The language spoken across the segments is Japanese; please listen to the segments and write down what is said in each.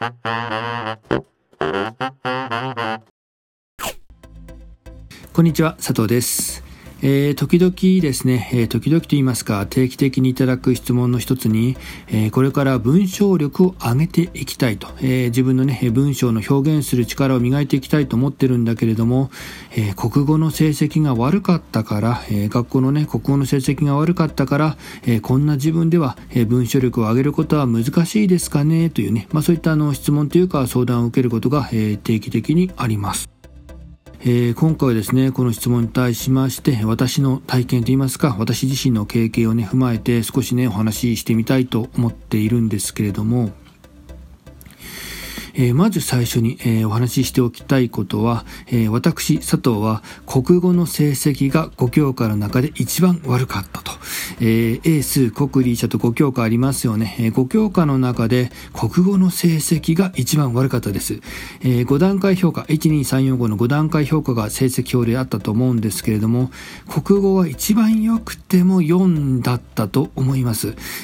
こんにちは、佐藤です。時々ですね、時々と言いますか、定期的にいただく質問の一つに、これから文章力を上げていきたいと、自分のね、文章の表現する力を磨いていきたいと思ってるんだけれども、国語の成績が悪かったから、学校のね、国語の成績が悪かったから、こんな自分では、文章力を上げることは難しいですかねというね、そういった質問というか相談を受けることが、定期的にあります。今回はですね、この質問に対しまして、私の体験といいますか、私自身の経験をね、踏まえて少しね、お話ししてみたいと思っているんですけれども、まず最初に、お話ししておきたいことは、私佐藤は国語の成績が5教科の中で一番悪かったと、英数国理社と5教科ありますよね。5教科の中で国語の成績が一番悪かったです。5段階評価 1,2,3,4,5 の5段階評価が成績表であったと思うんですけれども、国語は一番良くても4だったと思います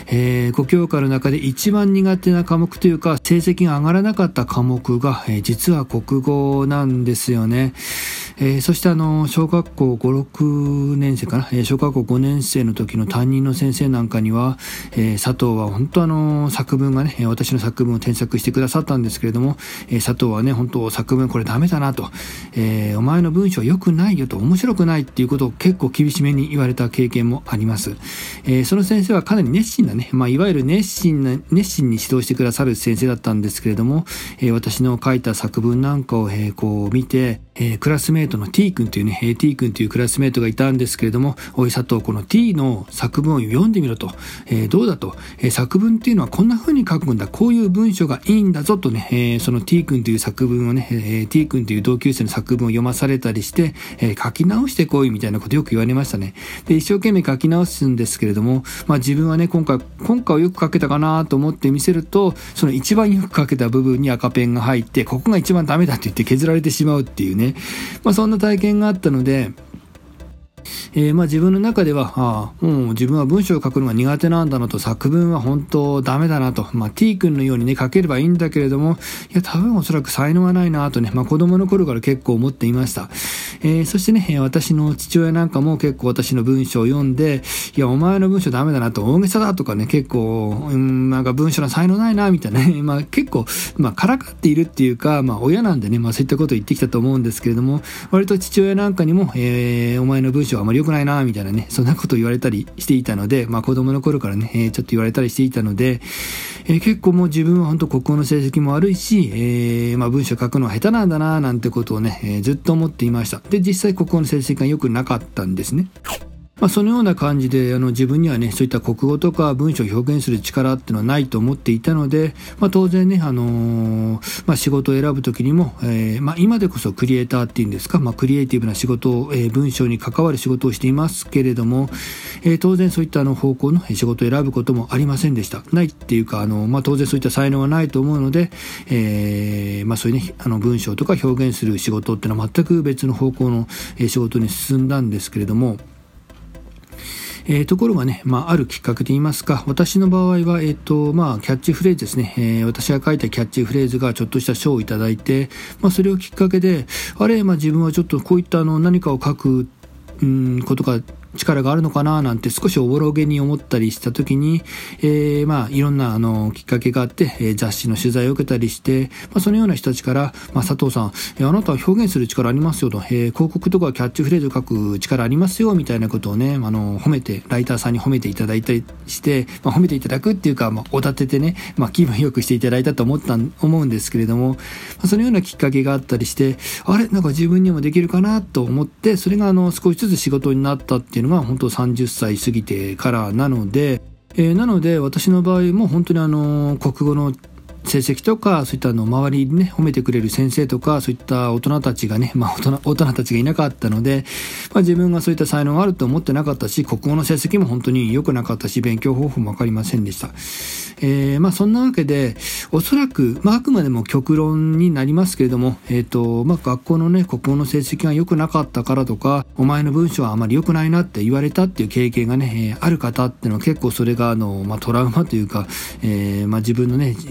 。5教科の中で一番苦手な科目というか、成績が上がらなかった科目が、実は国語なんですよね。そして小学校5、6年生かな、小学校5年生の時の担任の先生なんかには、佐藤は本当作文がね、私の作文を添削してくださったんですけれども、佐藤はね、本当作文これダメだなと、お前の文章良くないよと、面白くないっていうことを結構厳しめに言われた経験もあります。その先生はかなり熱心なね、いわゆる熱心に指導してくださる先生だったんですけれども、私の書いた作文なんかを、こう見て、クラスメートの T 君というね、T 君というクラスメートがいたんですけれども、おい佐藤、この T の作文を読んでみろと、どうだと、作文っていうのはこんな風に書くんだ、こういう文章がいいんだぞとね、その T 君という作文をね、T 君という同級生の作文を読まされたりして、書き直してこいみたいなことよく言われましたね。で、一生懸命書き直すんですけれども、自分はね、今回はよく書けたかなと思って見せると、その一番よく書けた部分に赤ペンが入って、ここが一番ダメだって言って削られてしまうっていうね、そんな体験があったので、自分の中ではもう自分は文章を書くのが苦手なんだなと、作文は本当ダメだなと、T 君のようにね書ければいいんだけれども、いや多分おそらく才能はないなとね、子供の頃から結構思っていました。そしてね、私の父親なんかも結構私の文章を読んで、いやお前の文章ダメだなと、大げさだとかね、結構なんか文章の才能ないなみたいなね、結構からかっているっていうか、親なんでね、そういったことを言ってきたと思うんですけれども、割と父親なんかにも、お前の文章はあまり良くないなみたいなね、そんなことを言われたりしていたので、子供の頃からね、ちょっと言われたりしていたので、結構もう自分は本当国語の成績も悪いし、文章書くのは下手なんだななんてことをね、ずっと思っていました。で、実際国語の成績が良くなかったんですね。そのような感じで自分にはね、そういった国語とか文章を表現する力っていうのはないと思っていたので、当然ね、仕事を選ぶときにも、今でこそクリエイターっていうんですか、クリエイティブな仕事を、文章に関わる仕事をしていますけれども、当然そういった方向の仕事を選ぶこともありませんでした。ないっていうか、当然そういった才能はないと思うので、そういうね、文章とか表現する仕事っていうのは全く別の方向の仕事に進んだんですけれども、ところがね、あるきっかけといいますか、私の場合は、キャッチフレーズですね、私が書いたキャッチフレーズがちょっとした賞をいただいて、それをきっかけで、自分はちょっとこういった何かを書くことが力があるのかななんて少しおぼろげに思ったりした時に、いろんなきっかけがあって、雑誌の取材を受けたりして、そのような人たちから、佐藤さん、あなたは表現する力ありますよと、広告とかキャッチフレーズを書く力ありますよみたいなことをね、褒めて、ライターさんに褒めていただいたりして、褒めていただくっていうか、おだててね、気分よくしていただいたと思うんですけれども、そのようなきっかけがあったりして、なんか自分にもできるかなと思って、それが少しずつ仕事になったっていうのが本当30歳過ぎてからなので、私の場合も本当に国語の成績とかそういった周りにね褒めてくれる先生とかそういった大人たちがね、大人たちがいなかったので、自分がそういった才能があると思ってなかったし、国語の成績も本当に良くなかったし、勉強方法も分かりませんでした。そんなわけでおそらく、あくまでも極論になりますけれども、学校のね国語の成績が良くなかったからとか、お前の文章はあまり良くないなって言われたっていう経験がね、ある方っていうのは結構それがトラウマというか、自分のね、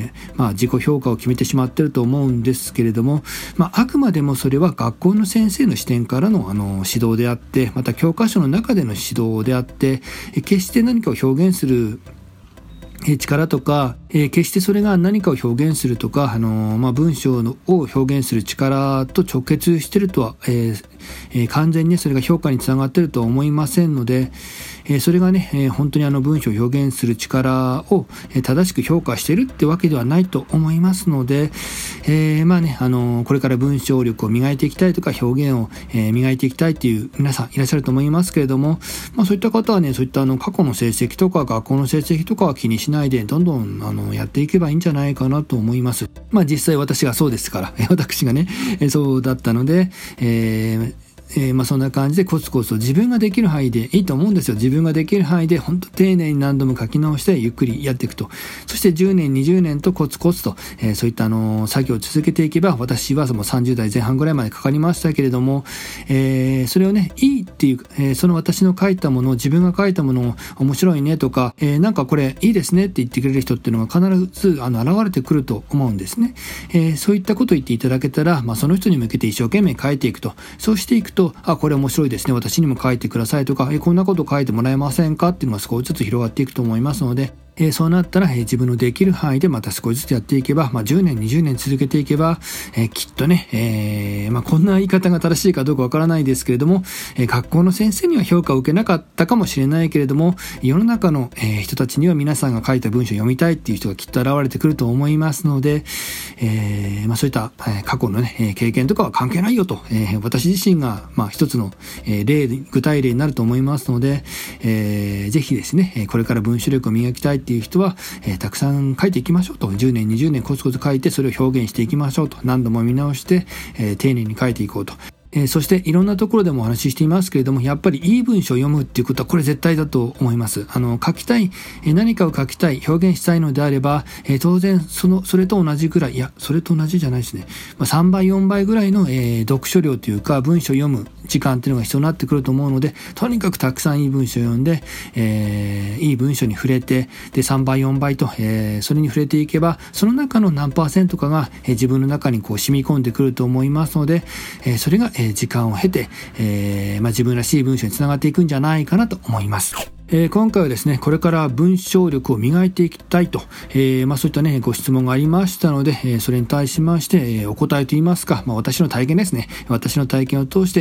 自己評価を決めてしまっていると思うんですけれども、あくまでもそれは学校の先生の視点からの、指導であって、また教科書の中での指導であって、決して何かを表現する力とか、決してそれが何かを表現するとか、文章を表現する力と直結しているとは、完全にそれが評価につながっているとは思いませんので、それがね、本当に文章を表現する力を正しく評価しているってわけではないと思いますので、これから文章力を磨いていきたいとか表現を磨いていきたいっていう皆さんいらっしゃると思いますけれども、そういった方はね、そういった過去の成績とか学校の成績とかは気にしないでどんどんやっていけばいいんじゃないかなと思います。実際私がそうですから私がねそうだったので、そんな感じでコツコツと自分ができる範囲でいいと思うんですよ。自分ができる範囲で本当丁寧に何度も書き直してゆっくりやっていくと。そして10年20年とコツコツと、そういった作業を続けていけば、私はもう30代前半ぐらいまでかかりましたけれども、それをねいいっていう、その私の書いたもの、自分が書いたもの面白いねとか、なんかこれいいですねって言ってくれる人っていうのが必ず現れてくると思うんですね。そういったことを言っていただけたら、その人に向けて一生懸命書いていくと。そうしていくと、これ面白いですね、私にも書いてくださいとか、こんなこと書いてもらえませんかっていうのが少しずつ広がっていくと思いますので、そうなったら、自分のできる範囲でまた少しずつやっていけば、10年20年続けていけば、きっとね、こんな言い方が正しいかどうかわからないですけれども、学校の先生には評価を受けなかったかもしれないけれども、世の中の、人たちには皆さんが書いた文章を読みたいっていう人がきっと現れてくると思いますので、そういった、過去のね、経験とかは関係ないよと、私自身が、一つの、具体例になると思いますので、ぜひですね、これから文章力を磨きたいっていう人は、たくさん書いていきましょうと。10年20年コツコツ書いて、それを表現していきましょうと。何度も見直して、丁寧に書いていこうと。そしていろんなところでもお話ししていますけれども、やっぱりいい文章を読むっていうことはこれ絶対だと思います。書きたい、何かを書きたい、表現したいのであれば、当然それと同じぐらい、いやそれと同じじゃないですね、3倍4倍ぐらいの、読書量というか文章を読む時間っていうのが必要になってくると思うので、とにかくたくさんいい文章を読んで、いい文章に触れて、で3倍4倍と、それに触れていけば、その中の何%かが、自分の中にこう染み込んでくると思いますので、それが時間を経て、自分らしい文章につながっていくんじゃないかなと思います。今回はですね、これから文章力を磨いていきたいと、そういったねご質問がありましたので、それに対しまして、お答えといいますか、私の体験ですね。私の体験を通して、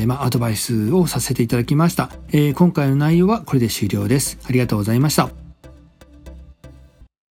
アドバイスをさせていただきました。今回の内容はこれで終了です。ありがとうございました。